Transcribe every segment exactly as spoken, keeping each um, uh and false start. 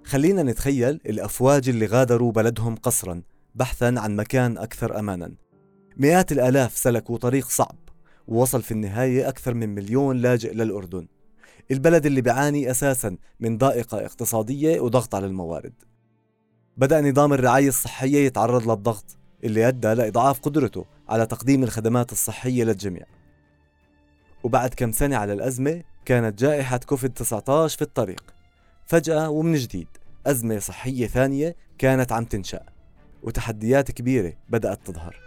خلينا نتخيل الأفواج اللي غادروا بلدهم قسراً بحثاً عن مكان أكثر أماناً. مئات الآلاف سلكوا طريق صعب، ووصل في النهاية أكثر من مليون لاجئ للأردن، البلد اللي بيعاني أساساً من ضائقة اقتصادية وضغط على الموارد. بدأ نظام الرعاية الصحية يتعرض للضغط اللي أدى لإضعاف قدرته على تقديم الخدمات الصحية للجميع. وبعد كم سنة على الأزمة كانت جائحة كوفيد تسعة عشر في الطريق. فجأة ومن جديد أزمة صحية ثانية كانت عم تنشأ، وتحديات كبيرة بدأت تظهر.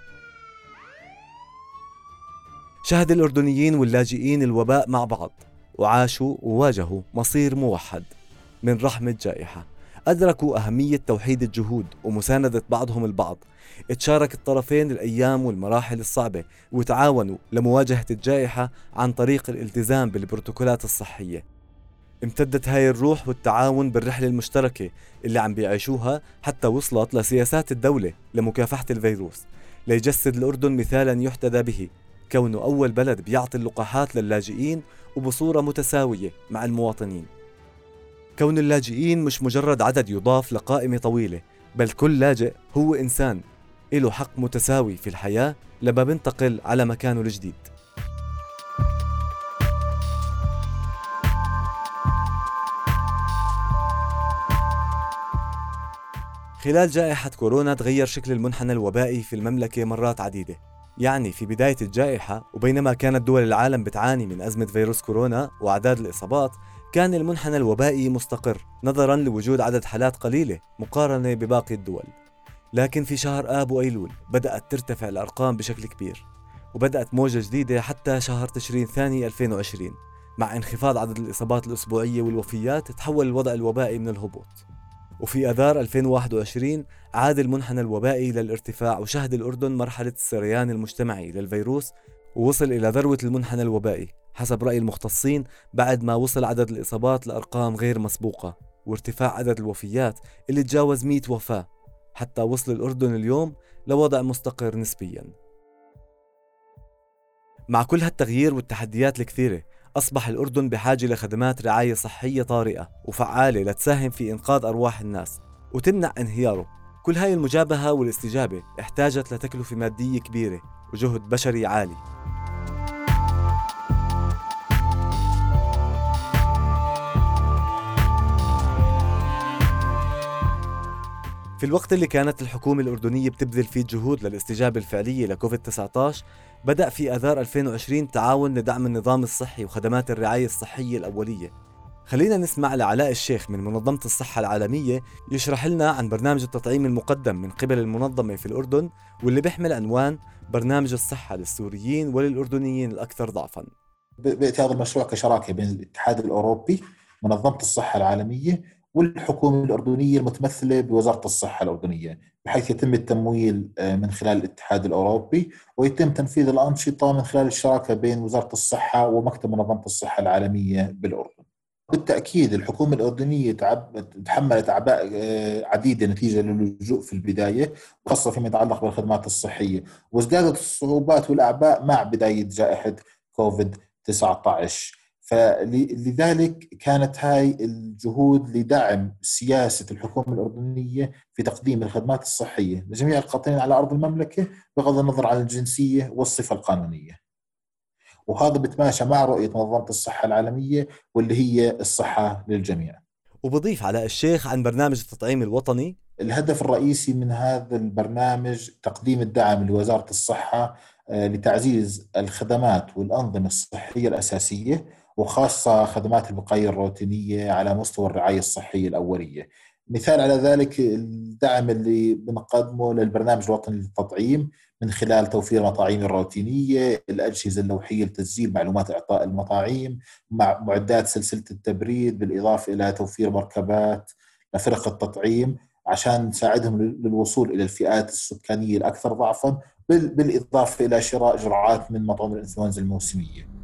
شهد الأردنيين واللاجئين الوباء مع بعض، وعاشوا وواجهوا مصير موحد من رحمة جائحة. أدركوا أهمية توحيد الجهود ومساندة بعضهم البعض. اتشارك الطرفين الأيام والمراحل الصعبة، وتعاونوا لمواجهة الجائحة عن طريق الالتزام بالبروتوكولات الصحية. امتدت هاي الروح والتعاون بالرحلة المشتركة اللي عم بيعيشوها حتى وصلت لسياسات الدولة لمكافحة الفيروس، ليجسد الأردن مثالا يحتذى به، كونه أول بلد بيعطي اللقاحات للاجئين وبصورة متساوية مع المواطنين. كون اللاجئين مش مجرد عدد يضاف لقائمة طويلة، بل كل لاجئ هو إنسان له حق متساوي في الحياة لما بنتقل على مكانه الجديد. خلال جائحة كورونا تغير شكل المنحنى الوبائي في المملكة مرات عديدة. يعني في بداية الجائحة، وبينما كانت دول العالم بتعاني من أزمة فيروس كورونا وأعداد الإصابات، كان المنحنى الوبائي مستقر نظراً لوجود عدد حالات قليلة مقارنة بباقي الدول. لكن في شهر آب وأيلول بدأت ترتفع الأرقام بشكل كبير، وبدأت موجة جديدة حتى شهر تشرين ثاني ألفين وعشرين. مع انخفاض عدد الإصابات الأسبوعية والوفيات، تحول الوضع الوبائي من الهبوط. وفي أذار ألفين وواحد وعشرين عاد المنحنى الوبائي للارتفاع، وشهد الأردن مرحلة السريان المجتمعي للفيروس، ووصل إلى ذروة المنحنى الوبائي حسب رأي المختصين بعد ما وصل عدد الإصابات لأرقام غير مسبوقة، وارتفاع عدد الوفيات اللي تجاوز مئة وفاة، حتى وصل الأردن اليوم لوضع مستقر نسبياً. مع كل هالتغيير والتحديات الكثيرة، أصبح الأردن بحاجة لخدمات رعاية صحية طارئة وفعالة لتساهم في إنقاذ أرواح الناس وتمنع انهياره. كل هاي المجابهة والاستجابة احتاجت لتكلفة مادية كبيرة وجهد بشري عالي. في الوقت اللي كانت الحكومة الأردنية بتبذل فيه جهود للاستجابة الفعلية لكوفيد تسعة عشر، بدأ في آذار ألفين وعشرين تعاون لدعم النظام الصحي وخدمات الرعاية الصحية الأولية. خلينا نسمع لعلاء الشيخ من منظمة الصحة العالمية يشرح لنا عن برنامج التطعيم المقدم من قبل المنظمة في الأردن، واللي بيحمل عنوان برنامج الصحة للسوريين وللأردنيين الأكثر ضعفاً. بدأت هذا المشروع كشراكة بين الاتحاد الأوروبي، منظمة الصحة العالمية، والحكومة الأردنية المتمثلة بوزارة الصحة الأردنية، بحيث يتم التمويل من خلال الاتحاد الأوروبي، ويتم تنفيذ الأنشطة من خلال الشراكة بين وزارة الصحة ومكتب منظمة الصحة العالمية بالأردن. بالتأكيد الحكومة الأردنية تحملت أعباء عديدة نتيجة للجوء في البداية، خاصة فيما يتعلق بالخدمات الصحية، وازدادت الصعوبات والأعباء مع بداية جائحة كوفيد تسعة عشر. فلذلك كانت هاي الجهود لدعم سياسة الحكومة الأردنية في تقديم الخدمات الصحية لجميع القاطنين على أرض المملكة بغض النظر عن الجنسية والصفة القانونية، وهذا بتماشى مع رؤية منظمة الصحة العالمية واللي هي الصحة للجميع. وبضيف علاء الشيخ عن برنامج التطعيم الوطني: الهدف الرئيسي من هذا البرنامج تقديم الدعم لوزارة الصحة لتعزيز الخدمات والأنظمة الصحية الأساسية، وخاصة خدمات الوقاية الروتينية على مستوى الرعاية الصحية الأولية. مثال على ذلك الدعم اللي بنقدمه للبرنامج الوطني للتطعيم من خلال توفير مطاعيم الروتينية، الأجهزة اللوحية لتسجيل معلومات إعطاء المطاعيم، مع معدات سلسلة التبريد، بالإضافة إلى توفير مركبات لفرق التطعيم عشان نساعدهم للوصول إلى الفئات السكانية الأكثر ضعفاً، بالإضافة إلى شراء جرعات من مطعم الإنفلونزا الموسمية.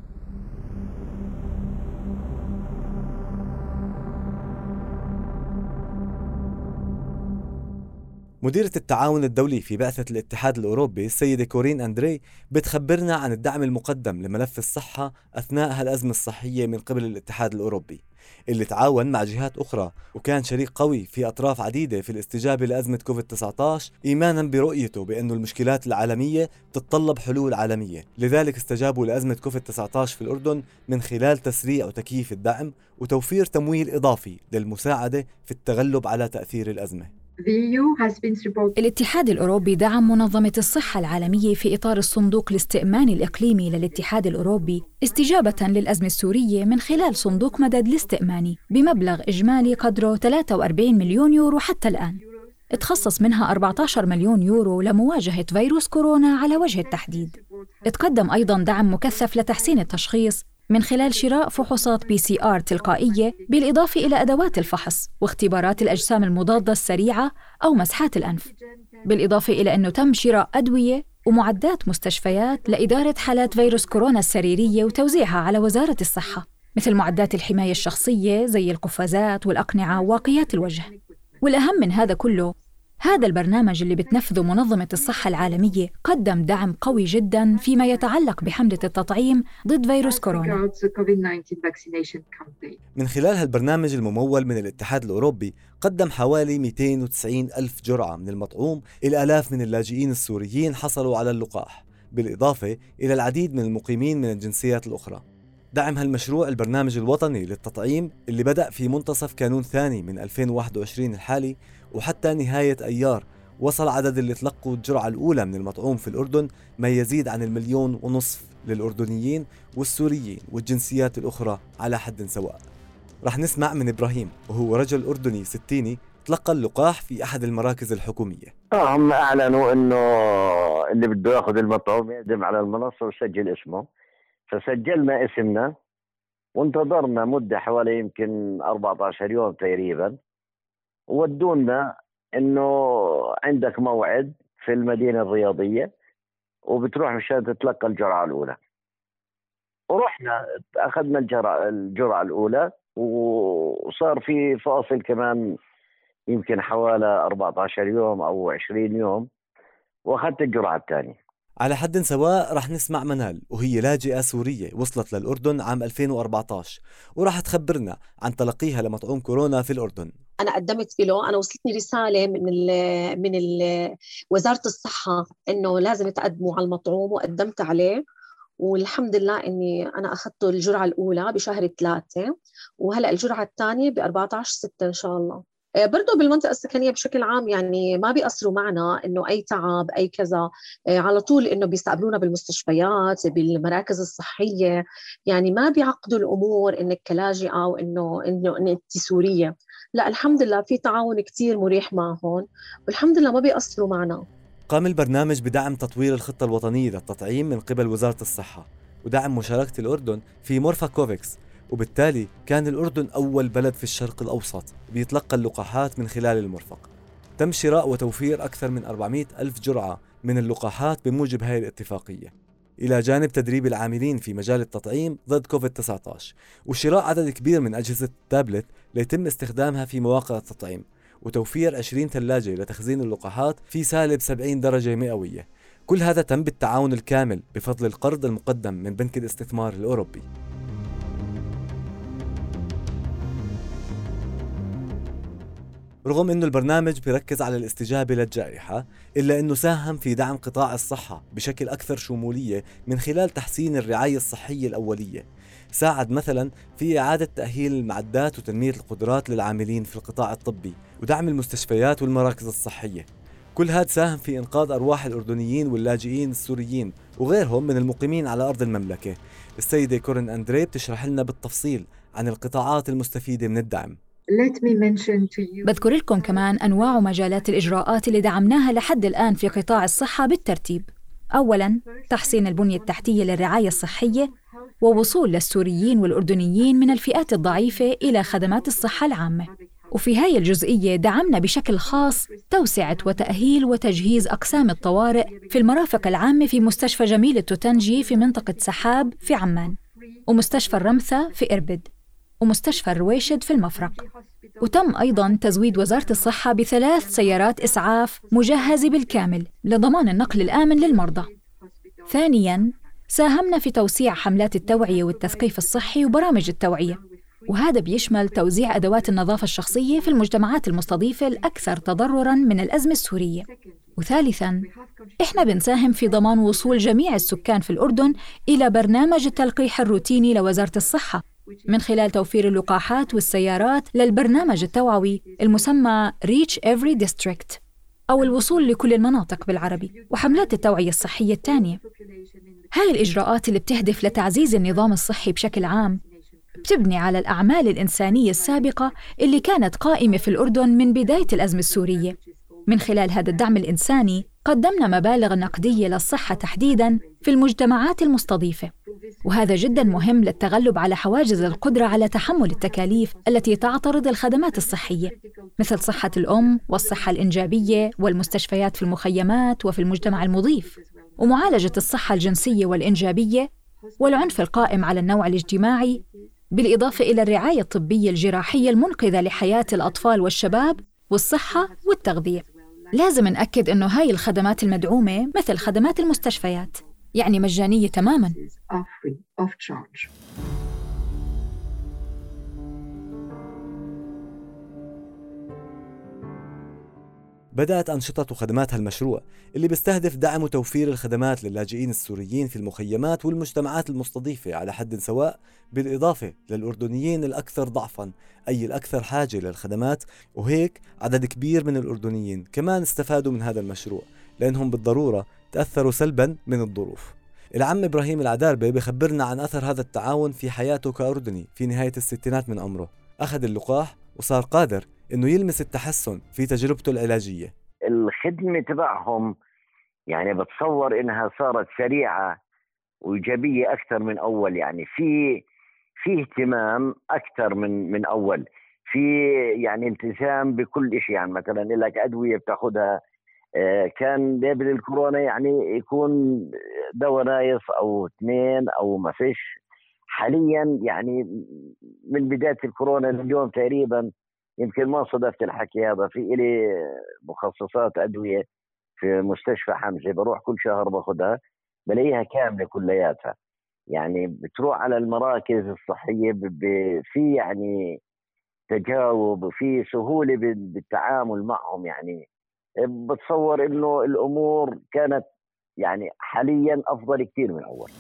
مديرة التعاون الدولي في بعثة الاتحاد الأوروبي السيدة كورين أندري بتخبرنا عن الدعم المقدم لملف الصحة أثناء هالأزمة الصحية من قبل الاتحاد الأوروبي. اللي تعاون مع جهات أخرى وكان شريك قوي في أطراف عديدة في الاستجابة لأزمة كوفيد تسعة عشر، إيماناً برؤيته بأن المشكلات العالمية تتطلب حلول عالمية. لذلك استجابوا لأزمة كوفيد تسعة عشر في الأردن من خلال تسريع وتكييف الدعم وتوفير تمويل إضافي للمساعدة في التغلب على تأثير الأزمة. الاتحاد الأوروبي دعم منظمة الصحة العالمية في إطار الصندوق الاستئماني الإقليمي للاتحاد الأوروبي استجابة للأزمة السورية من خلال صندوق مدد الاستئماني بمبلغ إجمالي قدره ثلاثة وأربعين مليون يورو حتى الآن، اتخصص منها أربعة عشر مليون يورو لمواجهة فيروس كورونا على وجه التحديد. اتقدم أيضاً دعم مكثف لتحسين التشخيص من خلال شراء فحوصات بي سي آر تلقائية، بالإضافة إلى أدوات الفحص واختبارات الأجسام المضادة السريعة أو مسحات الأنف، بالإضافة إلى أنه تم شراء أدوية ومعدات مستشفيات لإدارة حالات فيروس كورونا السريرية وتوزيعها على وزارة الصحة، مثل معدات الحماية الشخصية زي القفازات والأقنعة وواقيات الوجه. والأهم من هذا كله، هذا البرنامج اللي بتنفذه منظمة الصحة العالمية قدم دعم قوي جداً فيما يتعلق بحملة التطعيم ضد فيروس كورونا. من خلال هالبرنامج الممول من الاتحاد الأوروبي قدم حوالي مئتين وتسعين ألف جرعة من المطعوم إلى آلاف من اللاجئين السوريين حصلوا على اللقاح، بالإضافة إلى العديد من المقيمين من الجنسيات الأخرى. دعم هالمشروع البرنامج الوطني للتطعيم اللي بدأ في منتصف كانون ثاني من ألفين وواحد وعشرين الحالي، وحتى نهاية أيار وصل عدد اللي تلقوا الجرعة الأولى من المطعوم في الأردن ما يزيد عن المليون ونصف للأردنيين والسوريين والجنسيات الأخرى على حد سواء. رح نسمع من إبراهيم، وهو رجل أردني ستيني تلقى اللقاح في أحد المراكز الحكومية. هم أعلنوا إنه اللي بده يأخذ المطعوم يقدم على المنصة ويسجل اسمه، فسجلنا اسمنا وانتظرنا مدة حوالي يمكن أربعة عشر يوم تقريبا، ودونا إنه عندك موعد في المدينة الرياضية وبتروح مشان تتلقى الجرعة الأولى. ورحنا أخذنا الجرعة الجرعة الأولى، وصار في فاصل كمان يمكن حوالي أربعة عشر يوم أو عشرين يوم، وأخذت الجرعة الثانية. على حد سواء رح نسمع منال، وهي لاجئة سورية وصلت للأردن عام ألفين وأربعة عشر، ورح تخبرنا عن تلقيها لمطعوم كورونا في الأردن. أنا قدمت له، أنا وصلتني رسالة من ال من ال وزارة الصحة إنه لازم تقدموا على المطعوم، وقدمت عليه، والحمد لله إني أنا أخذت الجرعة الأولى بشهر ثلاثة، وهلأ الجرعة الثانية بأربعة عشر ستة إن شاء الله. برضو بالمنطقة السكنية بشكل عام يعني ما بيقصروا معنا إنه أي تعب أي كذا، على طول إنه بيستقبلونا بالمستشفيات بالمراكز الصحية، يعني ما بيعقدوا الأمور إنك كلاجئة وإنه إنه إن أنت سورية، لا الحمد لله في تعاون كتير مريح معهم، والحمد لله ما بيقصروا معنا. قام البرنامج بدعم تطوير الخطة الوطنية للتطعيم من قبل وزارة الصحة ودعم مشاركة الأردن في مرفق كوفيكس، وبالتالي كان الأردن أول بلد في الشرق الأوسط بيتلقى اللقاحات من خلال المرفق. تم شراء وتوفير أكثر من أربعمئة ألف جرعة من اللقاحات بموجب هذه الاتفاقية، إلى جانب تدريب العاملين في مجال التطعيم ضد كوفيد تسعة عشر، وشراء عدد كبير من أجهزة التابلت ليتم استخدامها في مواقع التطعيم، وتوفير عشرين ثلاجة لتخزين اللقاحات في سالب سبعين درجة مئوية. كل هذا تم بالتعاون الكامل بفضل القرض المقدم من بنك الاستثمار الأوروبي. رغم أنه البرنامج بيركز على الاستجابة للجائحة، إلا أنه ساهم في دعم قطاع الصحة بشكل أكثر شمولية من خلال تحسين الرعاية الصحية الأولية. ساعد مثلا في إعادة تأهيل المعدات وتنمية القدرات للعاملين في القطاع الطبي ودعم المستشفيات والمراكز الصحية. كل هذا ساهم في إنقاذ أرواح الأردنيين واللاجئين السوريين وغيرهم من المقيمين على أرض المملكة. السيدة كورين أندري بتشرح لنا بالتفصيل عن القطاعات المستفيدة من الدعم. بذكر لكم كمان أنواع ومجالات الإجراءات اللي دعمناها لحد الآن في قطاع الصحة بالترتيب. أولاً، تحسين البنية التحتية للرعاية الصحية ووصول للسوريين والأردنيين من الفئات الضعيفة إلى خدمات الصحة العامة. وفي هاي الجزئية دعمنا بشكل خاص توسعة وتأهيل وتجهيز أقسام الطوارئ في المرافق العامة في مستشفى جميل التوتنجي في منطقة سحاب في عمان، ومستشفى الرمثة في إربد، ومستشفى الرويشد في المفرق. وتم أيضاً تزويد وزارة الصحة بثلاث سيارات إسعاف مجهزة بالكامل لضمان النقل الآمن للمرضى. ثانياً، ساهمنا في توسيع حملات التوعية والتثقيف الصحي وبرامج التوعية، وهذا بيشمل توزيع أدوات النظافة الشخصية في المجتمعات المستضيفة الأكثر تضرراً من الأزمة السورية. وثالثاً، إحنا بنساهم في ضمان وصول جميع السكان في الأردن إلى برنامج التلقيح الروتيني لوزارة الصحة من خلال توفير اللقاحات والسيارات للبرنامج التوعوي المسمى Reach Every District، أو الوصول لكل المناطق بالعربي، وحملات التوعية الصحية الثانية. هاي الإجراءات اللي بتهدف لتعزيز النظام الصحي بشكل عام بتبني على الأعمال الإنسانية السابقة اللي كانت قائمة في الأردن من بداية الأزمة السورية. من خلال هذا الدعم الإنساني قدمنا مبالغ نقدية للصحة تحديداً في المجتمعات المستضيفة، وهذا جداً مهم للتغلب على حواجز القدرة على تحمل التكاليف التي تعترض الخدمات الصحية، مثل صحة الأم والصحة الإنجابية والمستشفيات في المخيمات وفي المجتمع المضيف، ومعالجة الصحة الجنسية والإنجابية والعنف القائم على النوع الاجتماعي، بالإضافة إلى الرعاية الطبية الجراحية المنقذة لحياة الأطفال والشباب والصحة والتغذية. لازم نأكد إنه هاي الخدمات المدعومة مثل خدمات المستشفيات يعني مجانية تماماً. بدأت أنشطة وخدمات هالمشروع اللي بيستهدف دعم وتوفير الخدمات للاجئين السوريين في المخيمات والمجتمعات المستضيفة على حد سواء، بالإضافة للأردنيين الأكثر ضعفاً أي الأكثر حاجة للخدمات. وهيك عدد كبير من الأردنيين كمان استفادوا من هذا المشروع لأنهم بالضرورة تأثروا سلباً من الظروف. العم إبراهيم العداربة بخبرنا عن أثر هذا التعاون في حياته كأردني في نهاية الستينات من عمره. أخذ اللقاح وصار قادر إنه يلمس التحسن في تجربته العلاجية. الخدمة تبعهم يعني بتصور إنها صارت سريعة وإيجابية أكثر من أول، يعني في في اهتمام أكثر من من أول، في يعني التزام بكل شيء. يعني مثلا لك أدوية بتاخدها، كان قبل الكورونا يعني يكون دواء نايف أو اثنين أو ما فيش. حاليا يعني من بداية الكورونا لليوم تقريبا، يمكن ما صدفت الحكي هذا، في إلي مخصصات أدوية في مستشفى حمزة بروح كل شهر باخدها بلاقيها كاملة كلياتها. يعني بتروح على المراكز الصحية في يعني تجاوب وفي سهولة بالتعامل معهم. يعني بتصور إنه الأمور كانت يعني حاليا أفضل كتير من أول.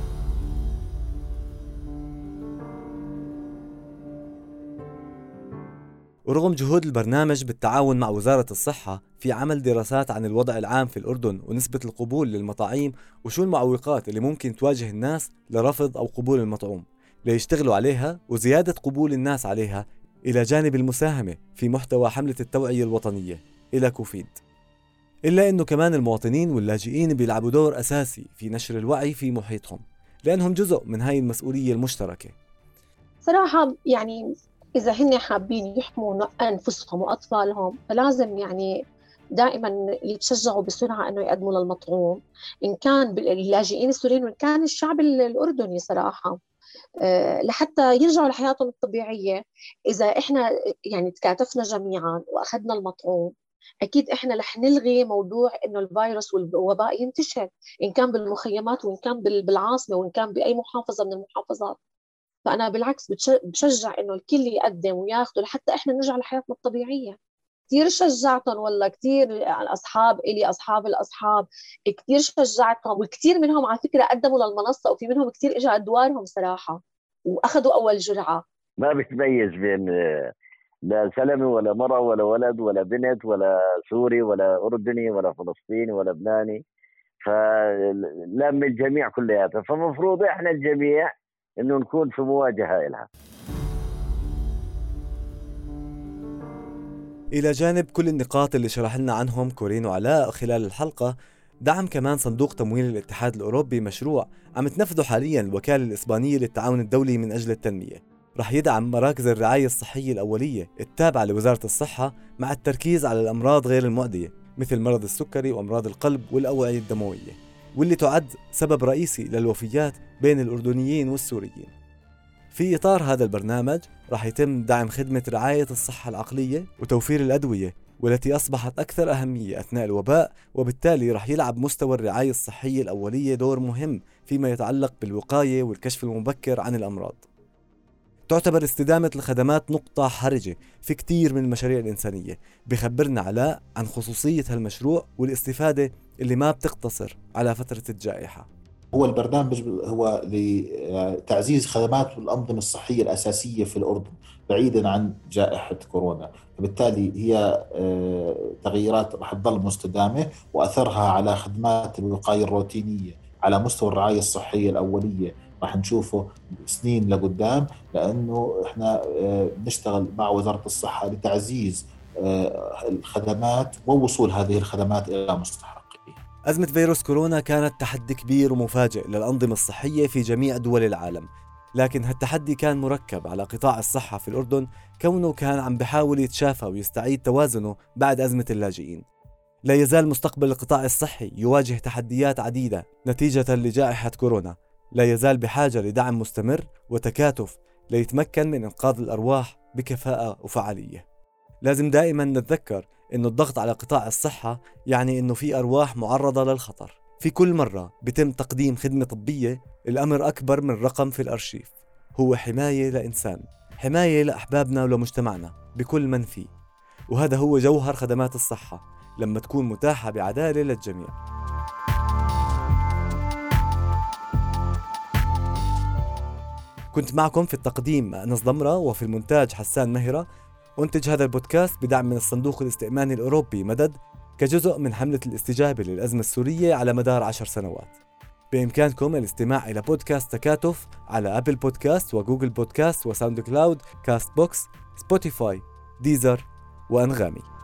ورغم جهود البرنامج بالتعاون مع وزارة الصحة في عمل دراسات عن الوضع العام في الأردن ونسبة القبول للمطاعيم وشو المعوقات اللي ممكن تواجه الناس لرفض أو قبول المطعوم ليشتغلوا عليها وزيادة قبول الناس عليها، إلى جانب المساهمة في محتوى حملة التوعية الوطنية إلى كوفيد، إلا أنه كمان المواطنين واللاجئين بيلعبوا دور أساسي في نشر الوعي في محيطهم لأنهم جزء من هاي المسؤولية المشتركة. صراحة يعني إذا هن حابين يحموا أنفسهم وأطفالهم فلازم يعني دائما يتشجعوا بسرعة أنه يقدموا للمطعوم، إن كان باللاجئين السوريين وإن كان الشعب الأردني صراحة، أه لحتى يرجعوا لحياتهم الطبيعية. إذا إحنا يعني تكاتفنا جميعا وأخذنا المطعوم، أكيد إحنا رح نلغي موضوع إنه الفيروس والوباء ينتشر، إن كان بالمخيمات وإن كان بالعاصمة وإن كان بأي محافظة من المحافظات. فأنا بالعكس بشجع إنه الكل يقدم وياخده لحتى إحنا نرجع لحياتنا الطبيعية. كتير شجعتهم والله، كتير الأصحاب إلي أصحاب الأصحاب كتير شجعتهم، وكتير منهم على فكرة قدموا للمنصة، وفي منهم كتير إجا أدوارهم صراحة وأخذوا أول جرعة. ما بتميز بين لا زلمة ولا مرة ولا ولد ولا بنت ولا سوري ولا أردني ولا فلسطيني ولا لبناني، فلم الجميع كلياتها. فمفروض إحنا الجميع إنه نكون في مواجهة لها. إلى جانب كل النقاط اللي شرح لنا عنهم كورين وعلاء خلال الحلقة، دعم كمان صندوق تمويل الاتحاد الأوروبي مشروع عم تنفذه حالياً الوكالة الإسبانية للتعاون الدولي من أجل التنمية. رح يدعم مراكز الرعاية الصحية الأولية التابعة لوزارة الصحة مع التركيز على الأمراض غير المعدية مثل مرض السكري وأمراض القلب والأوعية الدموية، واللي تعد سبب رئيسي للوفيات بين الأردنيين والسوريين. في إطار هذا البرنامج رح يتم دعم خدمة رعاية الصحة العقلية وتوفير الأدوية، والتي أصبحت أكثر أهمية أثناء الوباء، وبالتالي رح يلعب مستوى الرعاية الصحية الأولية دور مهم فيما يتعلق بالوقاية والكشف المبكر عن الأمراض. تعتبر استدامة الخدمات نقطة حرجة في كتير من المشاريع الإنسانية. بخبرنا علاء عن خصوصية هالمشروع والاستفادة اللي ما بتقتصر على فترة الجائحة. هو البرنامج هو لتعزيز خدمات الأنظمة الصحية الأساسية في الأردن بعيدا عن جائحة كورونا، فبالتالي هي تغييرات رح تظل مستدامة، وأثرها على خدمات الوقاية الروتينية على مستوى الرعاية الصحية الأولية راح نشوفه سنين لقدام، لأنه إحنا نشتغل مع وزارة الصحة لتعزيز الخدمات ووصول هذه الخدمات إلى مستحقيها. أزمة فيروس كورونا كانت تحدي كبير ومفاجئ للأنظمة الصحية في جميع دول العالم، لكن هالتحدي كان مركب على قطاع الصحة في الأردن، كونه كان عم بحاول يتشافى ويستعيد توازنه بعد أزمة اللاجئين. لا يزال مستقبل القطاع الصحي يواجه تحديات عديدة نتيجة لجائحة كورونا، لا يزال بحاجة لدعم مستمر وتكاتف ليتمكن من إنقاذ الأرواح بكفاءة وفعالية. لازم دائما نتذكر إنه الضغط على قطاع الصحة يعني إنه في أرواح معرضة للخطر. في كل مرة بتم تقديم خدمة طبية الأمر أكبر من رقم في الأرشيف، هو حماية لإنسان، حماية لأحبابنا ولمجتمعنا بكل من فيه، وهذا هو جوهر خدمات الصحة لما تكون متاحة بعدالة للجميع. كنت معكم في التقديم أنس ضمرة، وفي المونتاج حسان مهرة. أنتج هذا البودكاست بدعم من الصندوق الاستئماني الأوروبي مدد كجزء من حملة الاستجابة للأزمة السورية على مدار عشر سنوات. بإمكانكم الاستماع إلى بودكاست تكاتف على أبل بودكاست وجوجل بودكاست وساوند كلاود، كاست بوكس، سبوتيفاي، ديزر وأنغامي.